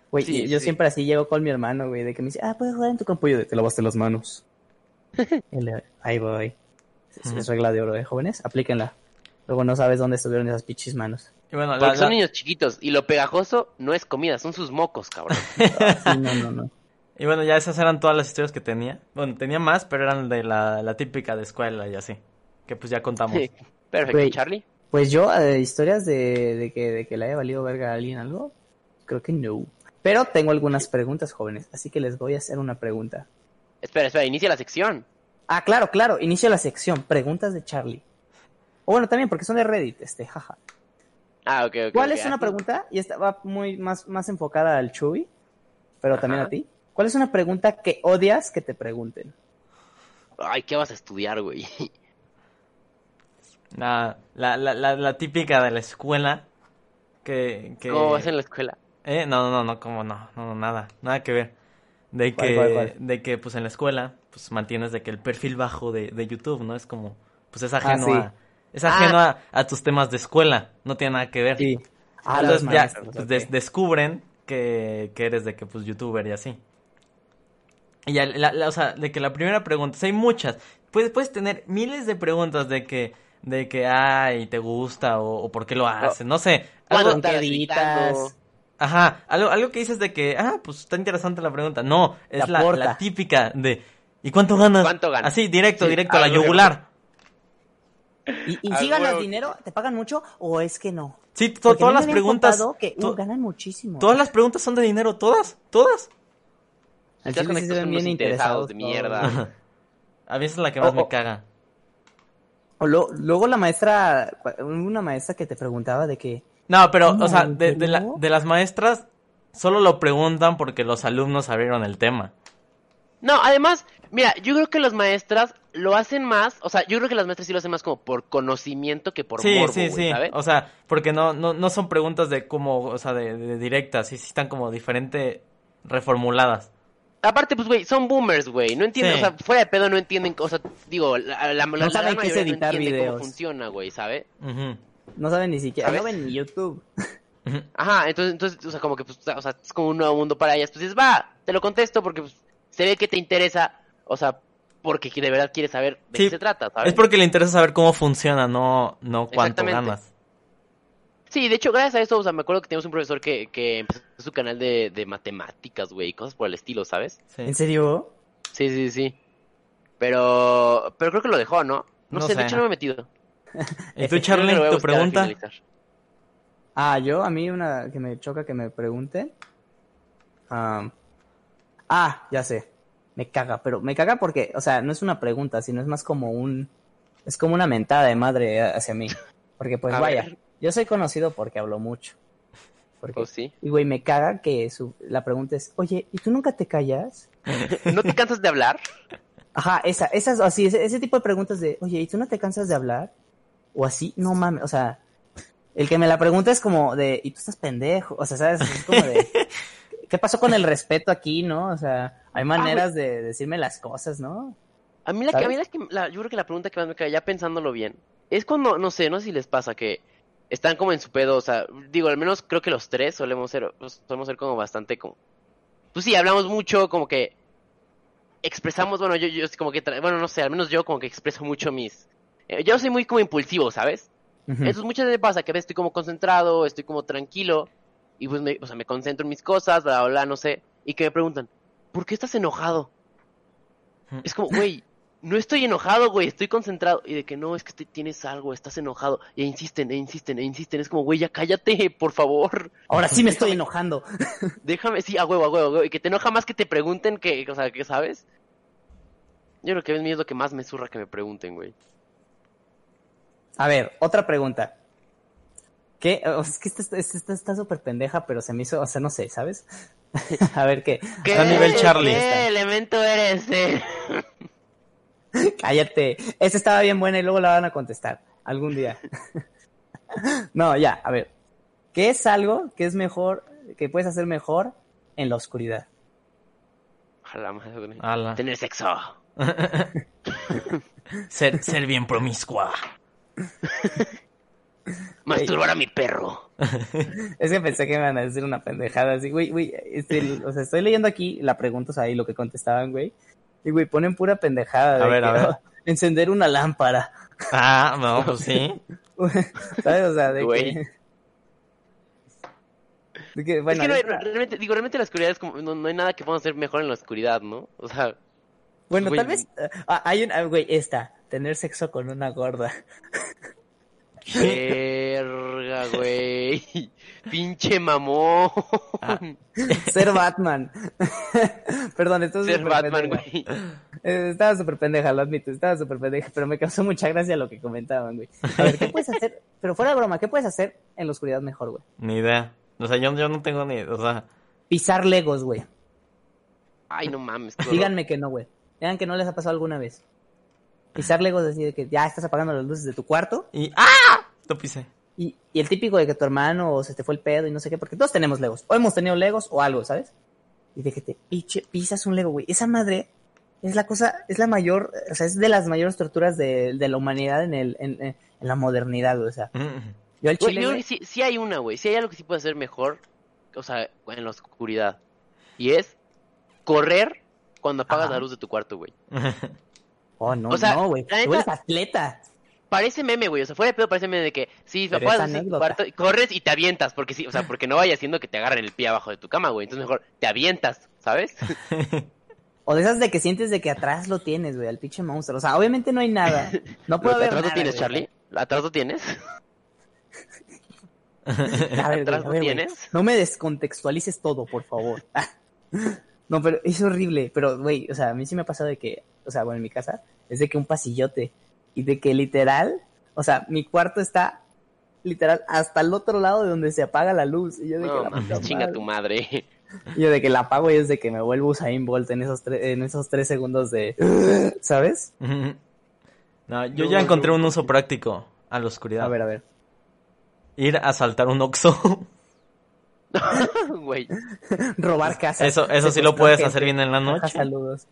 Güey, sí, yo siempre así llego con mi hermano, güey, de que me dice, ¿puedes jugar en tu campo? Y yo de, te lavaste las manos. Ahí voy. Es regla de oro, jóvenes, aplíquenla. Luego no sabes dónde estuvieron esas pichis manos. Y bueno, porque son niños chiquitos, y lo pegajoso no es comida, son sus mocos, cabrón. Sí, no. Y bueno, ya esas eran todas las historias que tenía. Bueno, tenía más, pero eran de la típica de escuela y así. Que pues ya contamos. Sí. Perfecto, Güey, Charlie. Pues yo, historias de que le haya valido verga a alguien algo, creo que no. Pero tengo algunas preguntas, jóvenes, así que les voy a hacer una pregunta. Espera, inicia la sección. Claro, inicia la sección, preguntas de Charlie. O bueno, también porque son de Reddit, jaja. Ok. ¿Cuál es una pregunta? Y esta va muy más enfocada al Chuy, pero también a ti. ¿Cuál es una pregunta que odias que te pregunten? Ay, ¿qué vas a estudiar, güey? La típica de la escuela que... ¿Cómo vas en la escuela? No, ¿cómo no? No, nada que ver. ¿Cuál? De que pues en la escuela pues mantienes de que el perfil bajo de YouTube, ¿no? Es como, pues es ajeno a tus temas de escuela, no tiene nada que ver. Sí. Entonces ya pues, descubren que eres de que pues youtuber y así. Y ya, o sea, de que la primera pregunta, o sea, hay muchas. Puedes tener miles de preguntas de que ay, te gusta o por qué lo haces, no sé. Algo te editas. Ajá, algo que dices de que, pues está interesante la pregunta. No, es la típica de, ¿y cuánto ganas? Así, directo a la yugular. ¿Y si ganas dinero? ¿Te pagan mucho o es que no? Sí, todas las preguntas. Que ganan muchísimo. Todas las preguntas son de dinero, todas. Entonces sí se ven bien interesados de mierda. A mí esa es la que más me caga. O luego una maestra que te preguntaba de que... No, pero, o sea, de las maestras solo lo preguntan porque los alumnos abrieron el tema. No, además, mira, yo creo que las maestras lo hacen más, o sea, yo creo que las maestras sí lo hacen más como por conocimiento que por morbo, sí, ¿sabes? O sea, porque no son preguntas de como, o sea, de directas, sí están como diferente reformuladas. Aparte, pues, güey, son boomers, güey, no entienden, o sea, fuera de pedo no entienden, o sea, digo, no saben qué es editar videos. Cómo funciona, güey, ¿sabes? No saben ni siquiera, no ven ni YouTube. Ajá, entonces, o sea, como que, pues, o sea, es como un nuevo mundo para ellas, pues dices, te lo contesto porque, pues, se ve que te interesa, o sea, porque de verdad quieres saber de qué se trata, ¿sabes? Es porque le interesa saber cómo funciona, no cuánto ganas. Sí, de hecho, gracias a eso, o sea, me acuerdo que teníamos un profesor que empezó su canal de matemáticas, güey, y cosas por el estilo, ¿sabes? Sí. ¿En serio? Sí. Pero creo que lo dejó, ¿no? No sé, de hecho no me he metido. ¿Y tú, Charlie, tu pregunta? A mí una que me choca que me pregunten. Ya sé. Me caga porque, o sea, no es una pregunta, sino es más como es como una mentada de madre hacia mí. Porque pues yo soy conocido porque hablo mucho. Sí. Y güey, me caga que la pregunta es, oye, ¿y tú nunca te callas? ¿No te cansas de hablar? Ajá, esas así, ese tipo de preguntas de, oye, ¿y tú no te cansas de hablar? O así, no mames, o sea, el que me la pregunta es como de, ¿y tú estás pendejo? O sea, ¿sabes? Es como de, ¿qué pasó con el respeto aquí, no? O sea, hay maneras de decirme las cosas, ¿no? Yo creo que la pregunta que más me cae, ya pensándolo bien, es cuando, no sé si les pasa que están como en su pedo, o sea, digo, al menos creo que los tres solemos ser como bastante como, pues sí, hablamos mucho, como que expresamos, bueno, yo como que, bueno, no sé, al menos yo como que expreso mucho yo soy muy como impulsivo, ¿sabes? Uh-huh. Entonces muchas veces pasa que a veces estoy como concentrado, estoy como tranquilo, y pues me concentro en mis cosas, bla, bla, bla, no sé, y que me preguntan, ¿por qué estás enojado? Es como, güey, no estoy enojado, güey, estoy concentrado. Y de que no, es que tienes algo, estás enojado. Y insisten. Es como, güey, ya cállate, por favor. Ahora sí me estoy enojando. Déjame, sí, a huevo. Y que te enoja más que te pregunten que, o sea, que sabes. Yo creo que a mí es lo que más me zurra que me pregunten, güey. A ver, otra pregunta. ¿Qué? Es que esta está súper pendeja, pero se me hizo, o sea, no sé, ¿sabes? A ver, ¿qué? A nivel Charlie. ¿Qué elemento eres? Cállate. Esa estaba bien buena y luego la van a contestar. Algún día. No, ya, a ver. ¿Qué es algo que es mejor, que puedes hacer mejor en la oscuridad? Ala. Tener sexo. ser bien promiscua. Masturbar a mi perro. Es que pensé que me iban a decir una pendejada así, güey, o sea, estoy leyendo aquí la pregunta, o sea, y lo que contestaban, güey. Y, güey, ponen pura pendejada. A ver. Encender una lámpara. Ah, no, pues sí. ¿Sabes? O sea, Güey. bueno, es que realmente la oscuridad es como, no hay nada que podamos hacer mejor en la oscuridad, ¿no? O sea, bueno, güey, tal vez hay güey, tener sexo con una gorda. verga, güey. Pinche mamón. Ser Batman. Perdón, esto es Ser Batman, güey. Estaba súper pendeja, lo admito, pero me causó mucha gracia lo que comentaban, güey. A ver, ¿qué puedes hacer? Pero fuera de broma, ¿qué puedes hacer en la oscuridad mejor, güey? Ni idea. O sea, yo no tengo ni... O sea... Pisar Legos, güey. Ay, no mames. Díganme que no, güey. Digan que no les ha pasado alguna vez. Pisar Legos así de que ya estás apagando las luces de tu cuarto. Y ¡ah! Lo pisé. Y el típico de que tu hermano se te fue el pedo y no sé qué, porque todos tenemos Legos. O hemos tenido Legos o algo, ¿sabes? Y de que te pisas un Lego, güey. Esa madre es la mayor, o sea, es de las mayores torturas de la humanidad en la modernidad, güey. O sea, yo al chile, güey, sí hay una, güey. Sí hay algo que sí puede hacer mejor, o sea, en la oscuridad. Y es correr cuando apagas la luz de tu cuarto, güey. Oh, no, o sea, no, güey. Tú eres atleta. Parece meme, güey, o sea, fuera de pedo parece meme de que sí, Pero apagas tu cuarto y corres y te avientas, porque sí, o sea, porque no vaya haciendo que te agarren el pie abajo de tu cama, güey, entonces mejor te avientas, ¿sabes? O de esas de que sientes de que atrás lo tienes, güey, al pinche monstruo, o sea, obviamente no hay nada, no puede haber ¿Atrás nada, lo tienes, güey. Charlie? ¿Atrás lo tienes? A ver, ¿Atrás lo tienes? Güey, no me descontextualices todo, por favor. No, pero es horrible, pero, güey, o sea, a mí sí me ha pasado de que, o sea, bueno, en mi casa, es de que un pasillote, y de que literal, o sea, mi cuarto está literal hasta el otro lado de donde se apaga la luz. Y yo de No, que mames, chinga tu madre. Y yo de que la apago y es de que me vuelvo Usain Bolt en esos 3 segundos de... ¿Sabes? No, yo ya encontré un uso práctico a la oscuridad. A ver. Ir a asaltar un Oxxo. Güey. Robar casas. Eso sí lo puedes hacer bien en la noche. Saludos.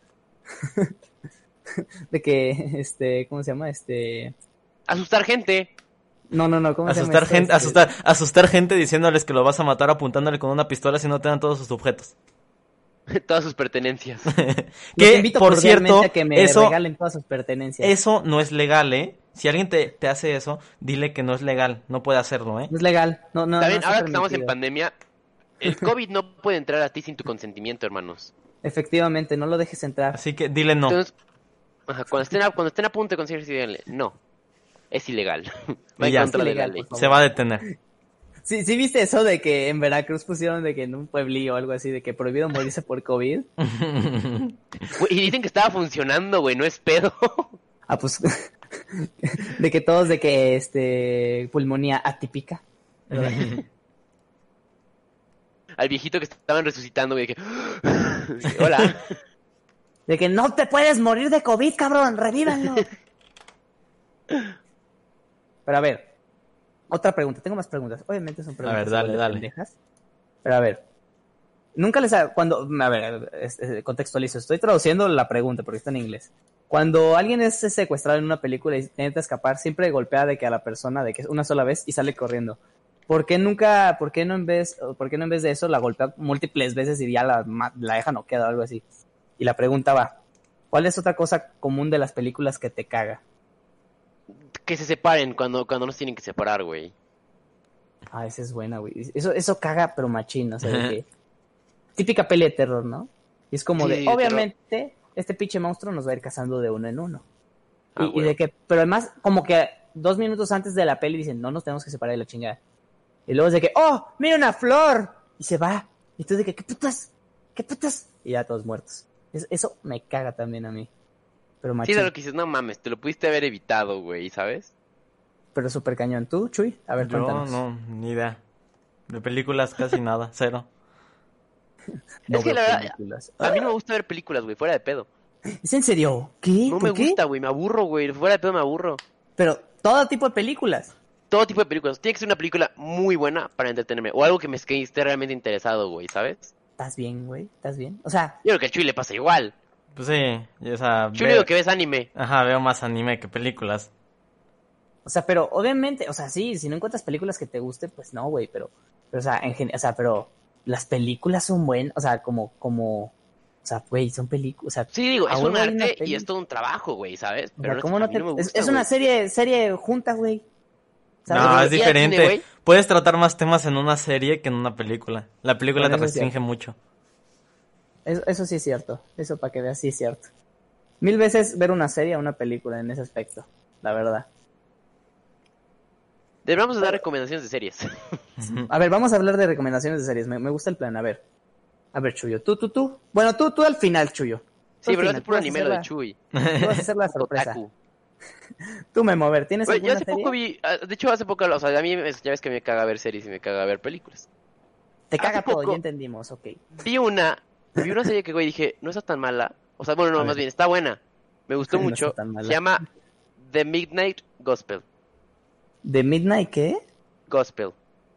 De que, ¿cómo se llama? Asustar gente. No, ¿cómo se llama? Asustar gente diciéndoles que lo vas a matar apuntándole con una pistola si no te dan todos sus objetos. Todas sus pertenencias. Que, por cierto, a que me regalen todas sus pertenencias. Eso no es legal, ¿eh? Si alguien te hace eso, dile que no es legal. No puede hacerlo, ¿eh? No es legal. No, También, no ahora que estamos en pandemia, el COVID no puede entrar a ti sin tu consentimiento, hermanos. Efectivamente, no lo dejes entrar. Así que dile no. Entonces, cuando estén a punto de conseguirse, díganle, no, es ilegal. Va en contra de la ley. Se va a detener. Sí, viste eso de que en Veracruz pusieron de que en un pueblillo o algo así, de que prohibido morirse por COVID. Y dicen que estaba funcionando, güey, no es pedo. Ah, pues, de que todos de que, pulmonía atípica. Al viejito que estaban resucitando, güey, de que... Hola. De que no te puedes morir de COVID, cabrón, revívanlo. Pero a ver, otra pregunta, tengo más preguntas. Obviamente son preguntas. A ver, dale. Pendejas. Pero a ver, nunca les ha... contextualizo, estoy traduciendo la pregunta porque está en inglés. Cuando alguien es secuestrado en una película y intenta escapar, siempre golpea de que a la persona de que una sola vez y sale corriendo. ¿Por qué no en vez de eso la golpea múltiples veces y ya la deja noqueada o algo así? Y la pregunta va, ¿cuál es otra cosa común de las películas que te caga? Que se separen cuando nos tienen que separar, güey. Ah, esa es buena, güey. Eso caga, pero machín, o sea, de que... Típica peli de terror, ¿no? Y es como Sí, de, obviamente, este pinche monstruo nos va a ir cazando de uno en uno. Y de que, pero además, como que 2 minutos antes de la peli dicen, no nos tenemos que separar de la chingada. Y luego es de que, ¡oh, mira una flor! Y se va. Y tú de que, ¿qué putas? Y ya todos muertos. Eso me caga también a mí. Pero machín. Sí, de lo que dices, no mames, te lo pudiste haber evitado, güey, ¿sabes? Pero súper cañón. ¿Tú, Chuy? A ver, cuéntanos. No, ni idea. De películas casi nada, cero. Es que la verdad, a mí no me gusta ver películas, güey, fuera de pedo. ¿Es en serio? ¿Qué? No me gusta, güey, me aburro, güey, fuera de pedo me aburro. Pero todo tipo de películas. Todo tipo de películas. Tiene que ser una película muy buena para entretenerme. O algo que me esté realmente interesado, güey, ¿sabes? ¿Estás bien, güey? ¿Estás bien? O sea... Yo creo que a Chuy le pasa igual. Pues sí, o sea... Chuy digo que ves anime. Ajá, veo más anime que películas. O sea, pero obviamente, o sea, sí, si no encuentras películas que te gusten, pues no, güey, pero o sea, pero las películas son buenas, o sea, o sea, güey, son películas, o sea, sí, digo, es un arte y es todo un trabajo, güey, ¿sabes? Pero o sea, ¿cómo no te... es una serie junta, güey. ¿Sabes? No, es diferente. Puedes tratar más temas en una serie que en una película. La película te restringe mucho. Eso sí es cierto. Eso para que veas, sí es cierto. 1000 veces ver una serie a una película en ese aspecto, la verdad. Deberíamos dar recomendaciones de series. A ver, vamos a hablar de recomendaciones de series. Me gusta el plan, a ver. A ver, Chuyo, tú. Bueno, tú al final, Chuyo. Sí, pero es puro anime lo de Chuy. Tú vas a hacer la sorpresa. Tú, Memo, a ver, ¿tienes alguna serie? Yo hace poco vi, de hecho hace poco, o sea, a mí ya ves que me caga ver series y me caga ver películas. Te caga todo, ya entendimos, ok. Vi una serie que, güey, dije, no está tan mala. O sea, bueno, no, más bien, está buena. Me gustó mucho. Se llama The Midnight Gospel. ¿The Midnight qué? Gospel.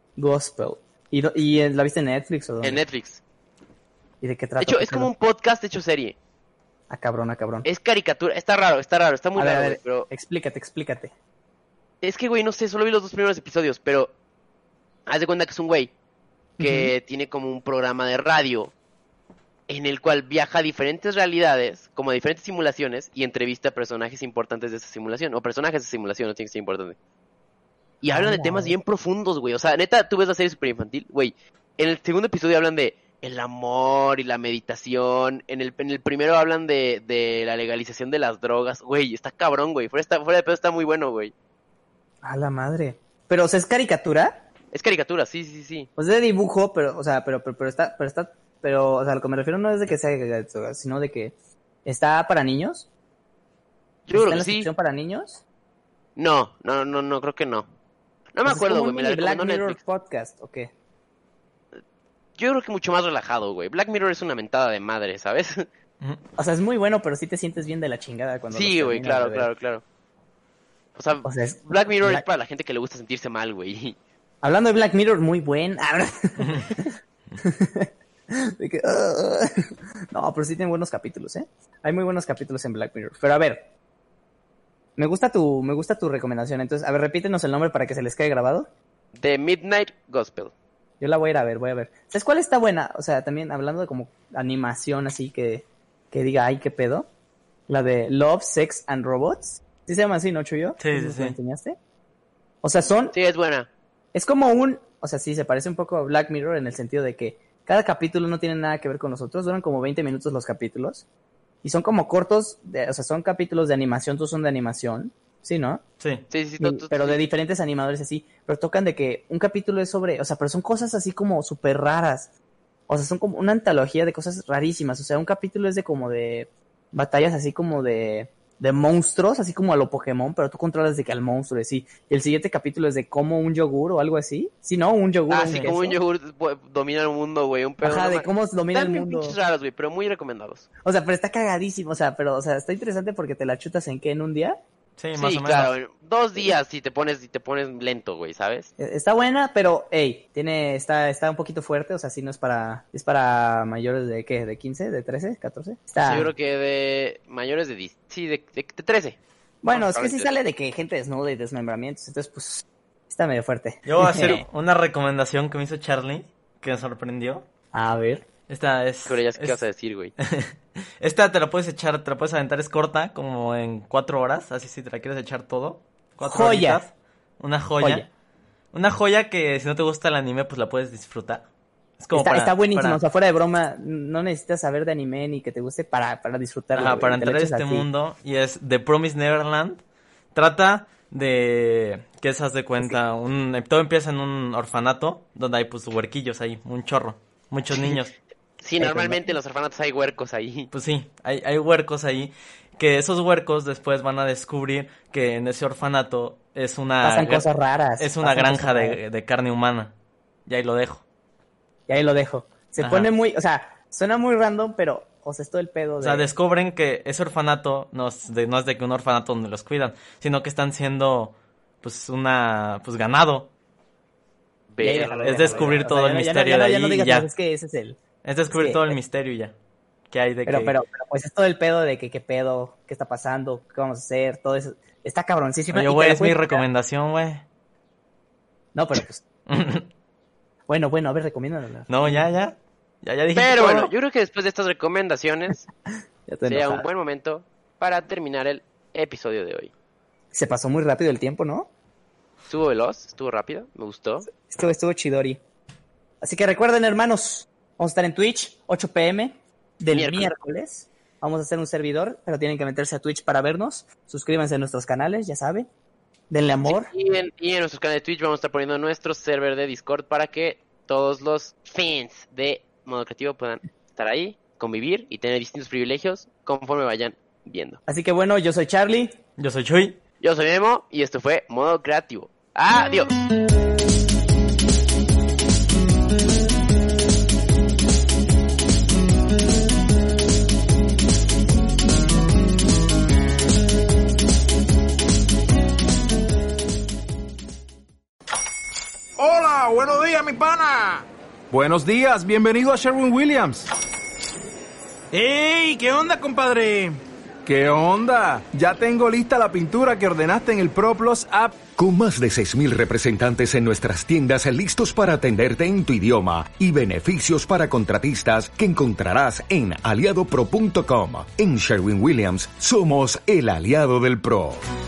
¿Y la viste en Netflix o dónde? En Netflix. ¿Y de qué trata? De hecho, es como un podcast hecho serie. Ah, cabrón. Es caricatura, está raro, está muy raro, ver, pero... Explícate. Es que, güey, no sé, solo vi los 2 primeros episodios, pero... Haz de cuenta que es un güey que tiene como un programa de radio en el cual viaja a diferentes realidades, como a diferentes simulaciones, y entrevista a personajes importantes de esa simulación, o personajes de simulación, no tiene que ser importante. Y hablan de temas bien profundos, güey, o sea, neta, tú ves la serie super infantil, güey, en el segundo episodio hablan de el amor y la meditación, en el primero hablan de la legalización de las drogas, güey, está cabrón, güey, fuera de pedo está muy bueno, güey. A la madre. Pero, o sea, ¿es caricatura? Es caricatura, sí. Pues es de dibujo, pero, o sea, pero o sea, lo que me refiero no es de que sea, sino de que está para niños. Yo creo que ¿Está en la sí. sección para niños? No, creo que no. No me acuerdo, güey, me la recomendó Black Mirror Netflix. Podcast, ¿o qué? Yo creo que mucho más relajado, güey. Black Mirror es una mentada de madre, ¿sabes? O sea, es muy bueno, pero sí te sientes bien de la chingada cuando sí, güey, claro. O sea Black Mirror es para la gente que le gusta sentirse mal, güey. Hablando de Black Mirror, muy buen. No, pero sí tiene buenos capítulos, ¿eh? Hay muy buenos capítulos en Black Mirror. Pero a ver, me gusta tu recomendación. Entonces, a ver, repítenos el nombre para que se les quede grabado. The Midnight Gospel. Yo la voy a ir a ver, voy a ver. ¿Sabes cuál está buena? O sea, también hablando de como animación así que diga, ay, qué pedo. La de Love, Sex and Robots. ¿Sí se llama así, no, Chuyo? Sí. ¿Me enseñaste? O sea, Sí, es buena. Es como o sea, sí, se parece un poco a Black Mirror en el sentido de que cada capítulo no tiene nada que ver con los otros. Duran como 20 minutos los capítulos. Y son como cortos, o sea, son capítulos de animación, todos son de animación. ¿Sí, no? Sí. Pero de diferentes animadores así. Pero tocan de que un capítulo es sobre... O sea, pero son cosas así como súper raras. O sea, son como una antología de cosas rarísimas. O sea, un capítulo es de como de batallas así como de monstruos, así como a lo Pokémon, pero tú controlas de que al monstruo es así. Y el siguiente capítulo es de cómo un yogur o algo así. Sí, ¿no? Un yogur. Sí, como un yogur domina el mundo, güey. Un pedo. Ajá, de cómo domina el mundo. Están pinches raros, güey, pero muy recomendados. O sea, pero está cagadísimo. O sea, está interesante porque te la chutas en ¿qué? ¿En un día? Sí, más o menos. Claro, 2 días si te pones lento, güey, ¿sabes? Está buena, pero, está un poquito fuerte, o sea, sí no es para mayores de, ¿qué? ¿De 15? ¿De 13? ¿14? Yo creo que de mayores de 10, sí, de 13. Bueno, es que sí sale de que gente desnuda y desmembramientos, entonces, pues, está medio fuerte. Yo voy a hacer una recomendación que me hizo Charlie, que me sorprendió. A ver. Esta es... Pero ya sé qué vas a decir, güey. Esta te la puedes aventar, es corta, como en 4 horas, así si te la quieres echar todo. 4 horitas. Una joya. Una joya que si no te gusta el anime, pues la puedes disfrutar. Es como está buenísimo, o sea, fuera de broma, no necesitas saber de anime ni que te guste para disfrutarlo. Ajá, para entrar en este mundo, y es The Promised Neverland. Trata de que se haz de cuenta, todo empieza en un orfanato, donde hay pues huerquillos ahí, un chorro, muchos niños. Sí, normalmente en los orfanatos hay huercos ahí. Pues sí, hay huercos ahí, que esos huercos después van a descubrir que en ese orfanato es pasan cosas raras. Es una granja de carne humana. Y ahí lo dejo. Se pone muy, o sea, suena muy random, pero, o sea, es todo el pedo de... O sea, descubren que ese orfanato no es de que un orfanato donde los cuidan, sino que están siendo, pues, ganado. Es descubrir todo el misterio de ahí y ya. Es que ese es Es descubrir todo el misterio y ya. ¿Qué hay de pero pues es todo el pedo de que qué pedo, qué está pasando, qué vamos a hacer, todo eso. Está cabroncísimo. Oye, güey, es mi recomendación, güey. No, pero pues... bueno, a ver, recomiéndala. No, ya dije. Pero bueno, yo creo que después de estas recomendaciones sería enojado. un buen momento para terminar el episodio de hoy. Se pasó muy rápido el tiempo, ¿no? Estuvo veloz, estuvo rápido, me gustó. Estuvo chidori. Así que recuerden, hermanos, vamos a estar en Twitch, 8 p.m. del miércoles. Vamos a hacer un servidor, pero tienen que meterse a Twitch para vernos. Suscríbanse a nuestros canales, ya saben. Denle amor. Sí, y en nuestros canales de Twitch vamos a estar poniendo nuestro server de Discord para que todos los fans de Modo Creativo puedan estar ahí, convivir y tener distintos privilegios conforme vayan viendo. Así que bueno, yo soy Charlie. Yo soy Chuy. Yo soy Memo y esto fue Modo Creativo. ¡Adiós! Hola, buenos días, mi pana. Buenos días, bienvenido a Sherwin-Williams. ¡Ey! ¿Qué onda, compadre? ¿Qué onda? Ya tengo lista la pintura que ordenaste en el ProPlus app. Con más de 6,000 representantes en nuestras tiendas listos para atenderte en tu idioma y beneficios para contratistas que encontrarás en aliadopro.com. En Sherwin-Williams somos el aliado del pro.